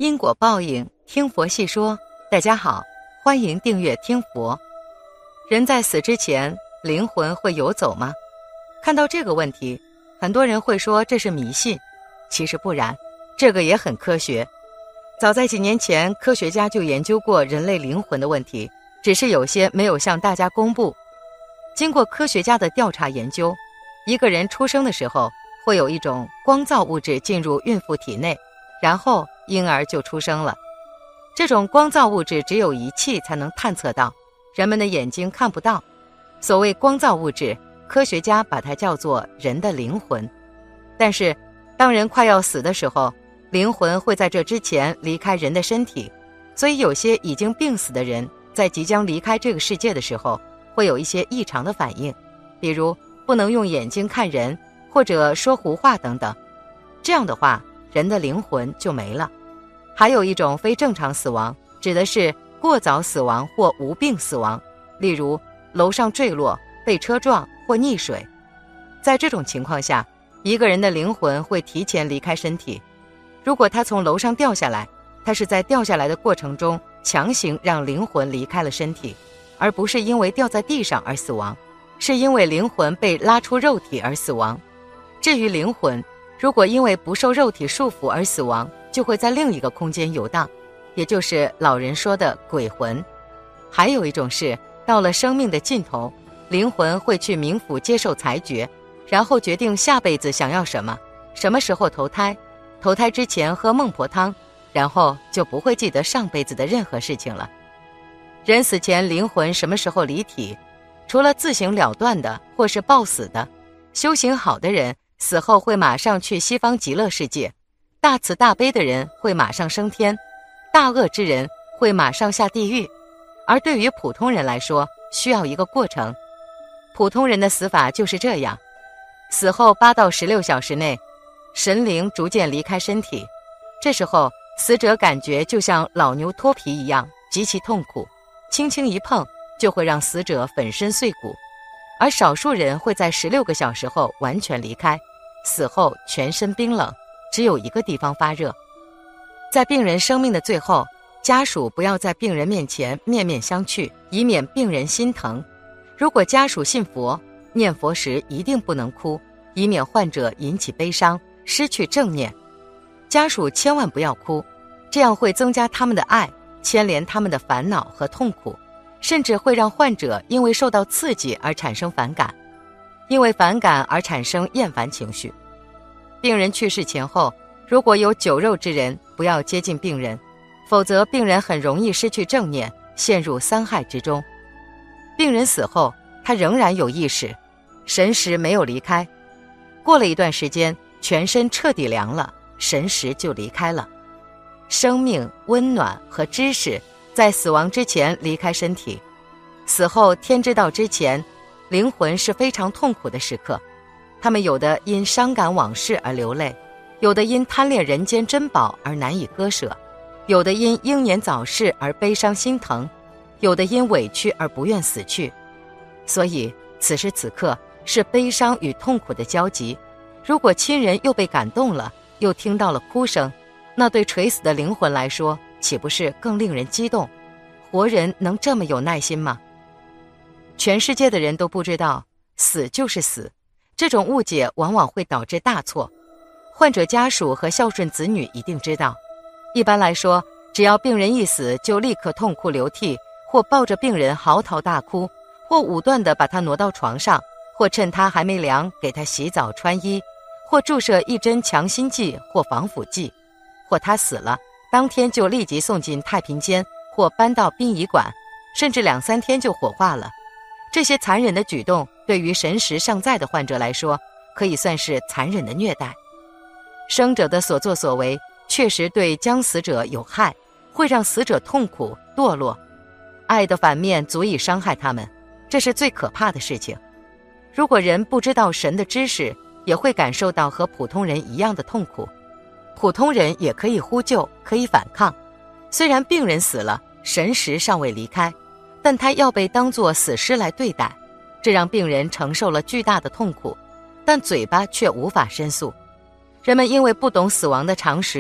因果报应，听佛细说。大家好，欢迎订阅听佛。人在死之前，灵魂会游走吗？看到这个问题，很多人会说这是迷信，其实不然，这个也很科学。早在几年前，科学家就研究过人类灵魂的问题，只是有些没有向大家公布。经过科学家的调查研究，一个人出生的时候，会有一种光造物质进入孕妇体内，然后婴儿就出生了。这种光造物质只有仪器才能探测到，人们的眼睛看不到。所谓光造物质，科学家把它叫做人的灵魂。但是当人快要死的时候，灵魂会在这之前离开人的身体，所以有些已经病死的人在即将离开这个世界的时候，会有一些异常的反应，比如不能用眼睛看人，或者说胡话等等。这样的话，人的灵魂就没了。还有一种非正常死亡，指的是过早死亡或无病死亡，例如楼上坠落、被车撞或溺水。在这种情况下，一个人的灵魂会提前离开身体。如果他从楼上掉下来，他是在掉下来的过程中强行让灵魂离开了身体，而不是因为掉在地上而死亡，是因为灵魂被拉出肉体而死亡。至于灵魂，如果因为不受肉体束缚而死亡，就会在另一个空间游荡，也就是老人说的鬼魂。还有一种是，到了生命的尽头，灵魂会去冥府接受裁决，然后决定下辈子想要什么，什么时候投胎，投胎之前喝孟婆汤，然后就不会记得上辈子的任何事情了。人死前灵魂什么时候离体，除了自行了断的或是暴死的，修行好的人死后会马上去西方极乐世界，大慈大悲的人会马上升天，大恶之人会马上下地狱。而对于普通人来说，需要一个过程。普通人的死法就是这样，死后8到16小时内，神灵逐渐离开身体，这时候死者感觉就像老牛脱皮一样，极其痛苦，轻轻一碰就会让死者粉身碎骨。而少数人会在16个小时后完全离开，死后全身冰冷，只有一个地方发热。在病人生命的最后，家属不要在病人面前面面相觑，以免病人心疼。如果家属信佛，念佛时一定不能哭，以免患者引起悲伤，失去正念。家属千万不要哭，这样会增加他们的爱，牵连他们的烦恼和痛苦，甚至会让患者因为受到刺激而产生反感，因为反感而产生厌烦情绪。病人去世前后，如果有酒肉之人，不要接近病人，否则病人很容易失去正念，陷入三害之中。病人死后，他仍然有意识，神识没有离开。过了一段时间，全身彻底凉了，神识就离开了。生命、温暖和知识在死亡之前离开身体。死后天知道之前，灵魂是非常痛苦的时刻。他们有的因伤感往事而流泪，有的因贪恋人间珍宝而难以割舍，有的因英年早逝而悲伤心疼，有的因委屈而不愿死去。所以此时此刻是悲伤与痛苦的交集。如果亲人又被感动了，又听到了哭声，那对垂死的灵魂来说，岂不是更令人激动？活人能这么有耐心吗？全世界的人都不知道死就是死，这种误解往往会导致大错。患者家属和孝顺子女一定知道，一般来说，只要病人一死，就立刻痛哭流涕，或抱着病人嚎啕大哭，或武断地把他挪到床上，或趁他还没凉给他洗澡穿衣，或注射一针强心剂或防腐剂，或他死了当天就立即送进太平间或搬到殡仪馆，甚至2、3天就火化了。这些残忍的举动对于神识尚在的患者来说，可以算是残忍的虐待。生者的所作所为确实对将死者有害，会让死者痛苦堕落，爱的反面足以伤害他们，这是最可怕的事情。如果人不知道神的知识，也会感受到和普通人一样的痛苦。普通人也可以呼救，可以反抗。虽然病人死了，神识尚未离开，但他要被当作死尸来对待，这让病人承受了巨大的痛苦，但嘴巴却无法申诉。人们因为不懂死亡的常识，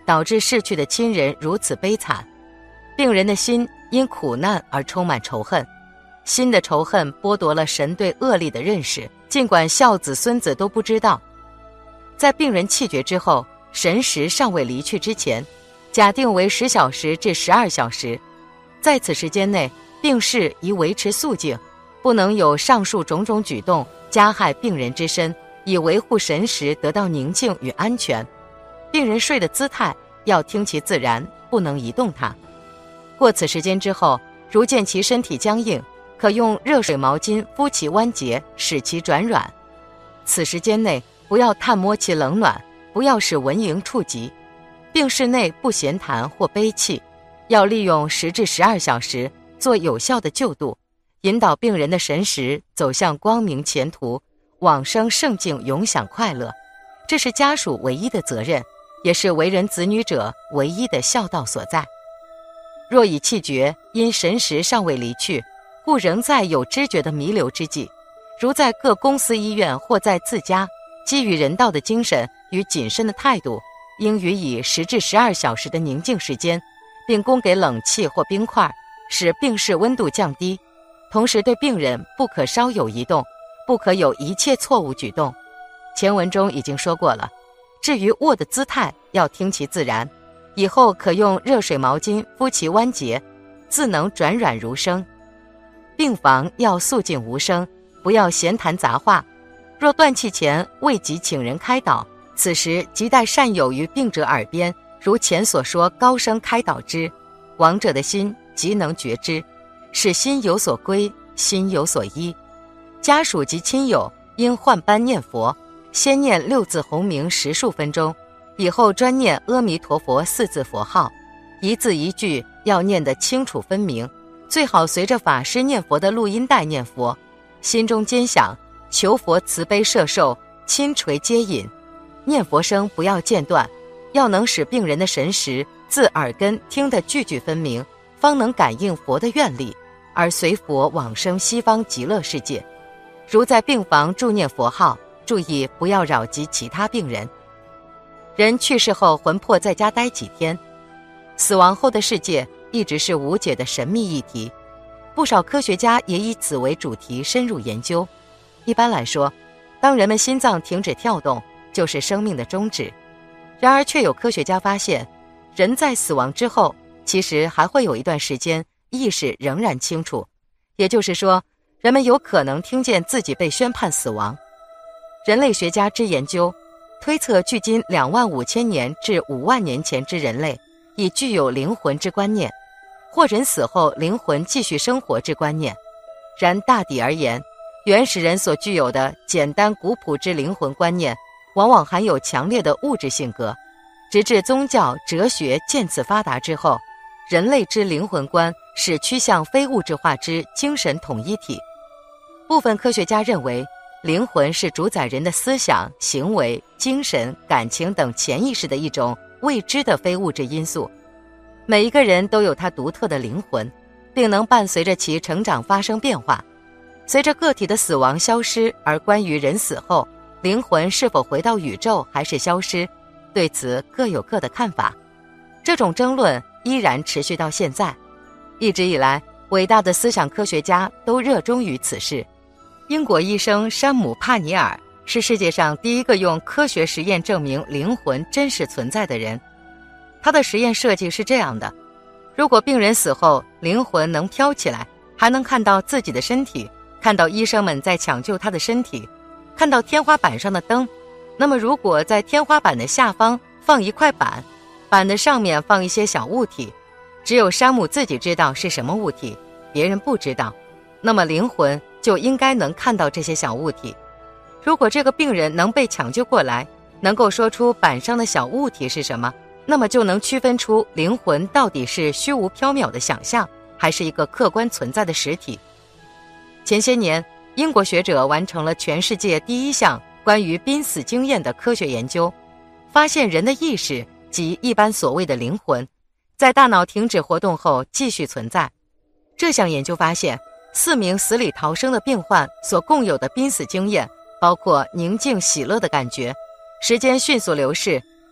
导致逝去的亲人如此悲惨。病人的心因苦难而充满仇恨，心的仇恨剥夺了神对恶力的认识，尽管孝子孙子都不知道。在病人气绝之后，神识尚未离去之前，假定为10小时至12小时，在此时间内，病逝宜维持肃静，不能有上述种种举动加害病人之身，以维护神识得到宁静与安全。病人睡的姿态要听其自然，不能移动它。过此时间之后，如见其身体僵硬，可用热水毛巾敷其关节，使其转软。此时间内不要探摸其冷暖，不要使蚊蝇触及。病室内不闲谈或悲泣，要利用10至12小时做有效的救度，引导病人的神识走向光明前途，往生圣境，永享快乐。这是家属唯一的责任，也是为人子女者唯一的孝道所在。若已气绝，因神识尚未离去，故仍在有知觉的弥留之际，如在各公司医院或在自家，基于人道的精神与谨慎的态度，应予以10至12小时的宁静时间，并供给冷气或冰块，使病室温度降低。同时对病人不可稍有移动，不可有一切错误举动。前文中已经说过了。至于卧的姿态，要听其自然，以后可用热水毛巾敷其关节，自能转软如生。病房要肃静无声，不要闲谈杂话。若断气前未及请人开导，此时即待善友于病者耳边，如前所说高声开导之，亡者的心即能觉知，使心有所归，心有所依。家属及亲友应换班念佛，先念6字洪名10数分钟，以后专念阿弥陀佛4字佛号，一字一句要念得清楚分明，最好随着法师念佛的录音带念佛，心中坚想求佛慈悲摄受，亲垂接引。念佛声不要间断，要能使病人的神识自耳根听得句句分明，方能感应佛的愿力，而随佛往生西方极乐世界。如在病房助念佛号，注意不要扰及其他病人。人去世后魂魄在家待几天，死亡后的世界一直是无解的神秘议题，不少科学家也以此为主题深入研究。一般来说，当人们心脏停止跳动，就是生命的终止。然而却有科学家发现，人在死亡之后，其实还会有一段时间意识仍然清楚，也就是说，人们有可能听见自己被宣判死亡。人类学家之研究推测，距今25000年至5万年前之人类已具有灵魂之观念，或人死后灵魂继续生活之观念。然大抵而言，原始人所具有的简单古朴之灵魂观念，往往含有强烈的物质性格。直至宗教、哲学渐次发达之后，人类之灵魂观是趋向非物质化之精神统一体。部分科学家认为，灵魂是主宰人的思想、行为、精神、感情等潜意识的一种未知的非物质因素。每一个人都有他独特的灵魂，并能伴随着其成长发生变化。随着个体的死亡消失，而关于人死后灵魂是否回到宇宙还是消失，对此各有各的看法。这种争论依然持续到现在。一直以来，伟大的思想科学家都热衷于此事。英国医生山姆·帕尼尔是世界上第一个用科学实验证明灵魂真实存在的人。他的实验设计是这样的：如果病人死后灵魂能飘起来，还能看到自己的身体，看到医生们在抢救他的身体，看到天花板上的灯，那么如果在天花板的下方放一块板，板的上面放一些小物体，只有山姆自己知道是什么物体，别人不知道，那么灵魂就应该能看到这些小物体。如果这个病人能被抢救过来，能够说出板上的小物体是什么，那么就能区分出灵魂到底是虚无缥缈的想象，还是一个客观存在的实体。前些年，英国学者完成了全世界第一项关于濒死经验的科学研究，发现人的意识即一般所谓的灵魂，在大脑停止活动后继续存在。这项研究发现，4名死里逃生的病患所共有的濒死经验包括宁静喜乐的感觉，时间迅速流逝，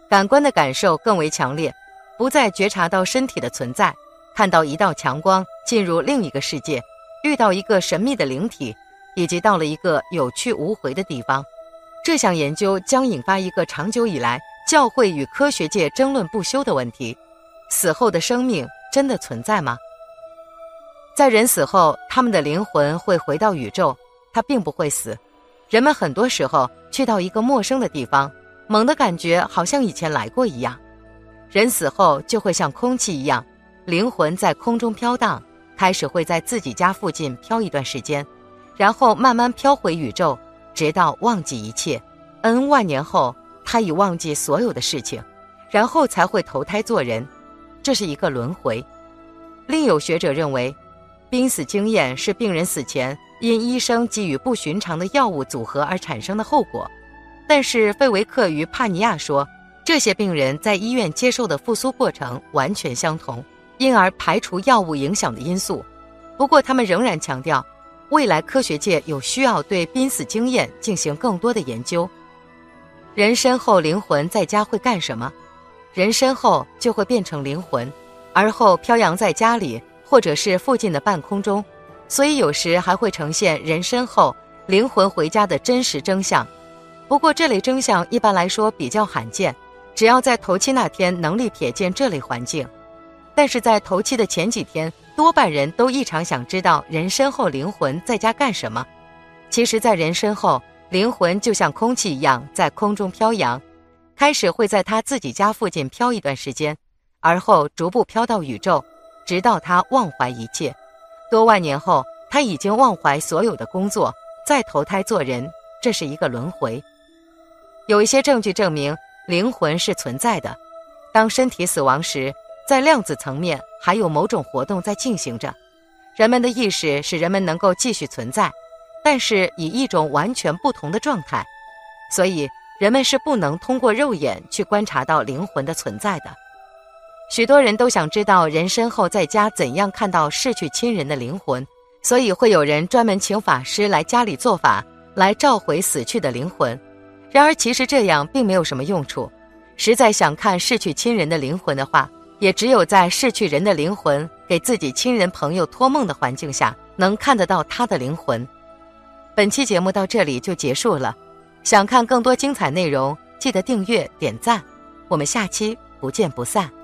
感官的感受更为强烈，不再觉察到身体的存在，看到一道强光进入另一个世界，遇到一个神秘的灵体，以及到了一个有去无回的地方。这项研究将引发一个长久以来教会与科学界争论不休的问题：死后的生命真的存在吗？在人死后，他们的灵魂会回到宇宙，它并不会死。人们很多时候去到一个陌生的地方，猛地感觉好像以前来过一样。人死后就会像空气一样，灵魂在空中飘荡，开始会在自己家附近飘一段时间，然后慢慢飘回宇宙，直到忘记一切。N 万年后，他已忘记所有的事情，然后才会投胎做人。这是一个轮回。另有学者认为，濒死经验是病人死前因医生给予不寻常的药物组合而产生的后果。但是费维克与帕尼亚说，这些病人在医院接受的复苏过程完全相同，因而排除药物影响的因素。不过他们仍然强调，未来科学界有需要对濒死经验进行更多的研究。人身后灵魂在家会干什么？人身后就会变成灵魂，而后飘扬在家里或者是附近的半空中，所以有时还会呈现人身后灵魂回家的真实真相。不过这类真相一般来说比较罕见，只要在头七那天能力瞥见这类环境。但是在头七的前几天，多半人都异常想知道人身后灵魂在家干什么。其实在人身后，灵魂就像空气一样在空中飘扬，开始会在他自己家附近飘一段时间，而后逐步飘到宇宙，直到他忘怀一切。多万年后，他已经忘怀所有的工作，再投胎做人，这是一个轮回。有一些证据证明灵魂是存在的，当身体死亡时，在量子层面还有某种活动在进行着。人们的意识使人们能够继续存在，但是以一种完全不同的状态，所以人们是不能通过肉眼去观察到灵魂的存在的。许多人都想知道人身后在家怎样看到逝去亲人的灵魂，所以会有人专门请法师来家里做法，来召回死去的灵魂。然而其实这样并没有什么用处，实在想看逝去亲人的灵魂的话，也只有在逝去人的灵魂给自己亲人朋友托梦的环境下，能看得到他的灵魂。本期节目到这里就结束了，想看更多精彩内容，记得订阅点赞，我们下期不见不散。